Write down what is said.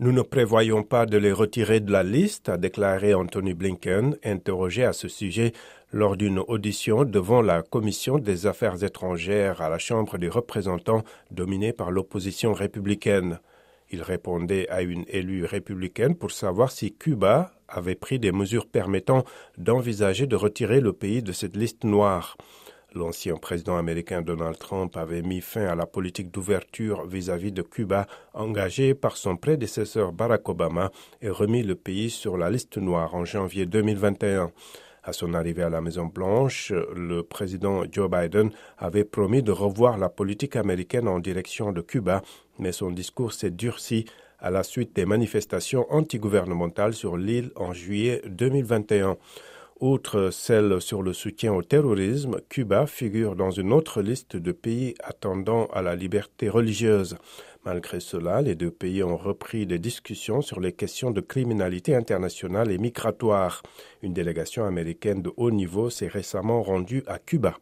Nous ne prévoyons pas de les retirer de la liste, a déclaré Anthony Blinken, interrogé à ce sujet lors d'une audition devant la Commission des Affaires étrangères à la Chambre des représentants dominée par l'opposition républicaine. Il répondait à une élue républicaine pour savoir si Cuba avait pris des mesures permettant d'envisager de retirer le pays de cette liste noire. L'ancien président américain Donald Trump avait mis fin à la politique d'ouverture vis-à-vis de Cuba engagée par son prédécesseur Barack Obama et remis le pays sur la liste noire en janvier 2021. À son arrivée à la Maison-Blanche, le président Joe Biden avait promis de revoir la politique américaine en direction de Cuba, mais son discours s'est durci à la suite des manifestations antigouvernementales sur l'île en juillet 2021. Outre celle sur le soutien au terrorisme, Cuba figure dans une autre liste de pays attendant à la liberté religieuse. Malgré cela, les deux pays ont repris des discussions sur les questions de criminalité internationale et migratoire. Une délégation américaine de haut niveau s'est récemment rendue à Cuba.